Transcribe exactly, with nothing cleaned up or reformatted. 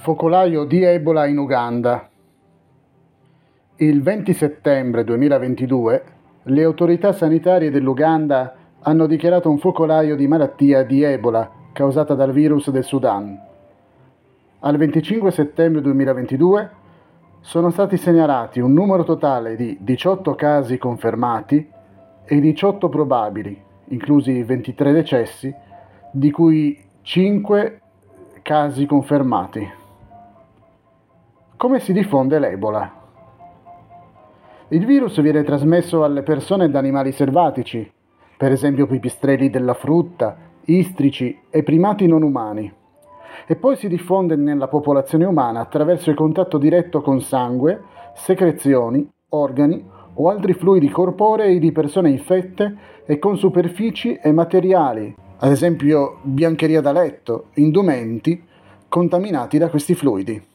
Focolaio di Ebola in Uganda. Il venti settembre duemilaventidue le autorità sanitarie dell'Uganda hanno dichiarato un focolaio di malattia di Ebola causata dal virus del Sudan. Al venticinque settembre duemilaventidue sono stati segnalati un numero totale di diciotto casi confermati e diciotto probabili, inclusi ventitré decessi, di cui cinque casi confermati. Come si diffonde l'Ebola? Il virus viene trasmesso alle persone da animali selvatici, per esempio pipistrelli della frutta, istrici e primati non umani, e poi si diffonde nella popolazione umana attraverso il contatto diretto con sangue, secrezioni, organi o altri fluidi corporei di persone infette e con superfici e materiali, ad esempio biancheria da letto, indumenti, contaminati da questi fluidi.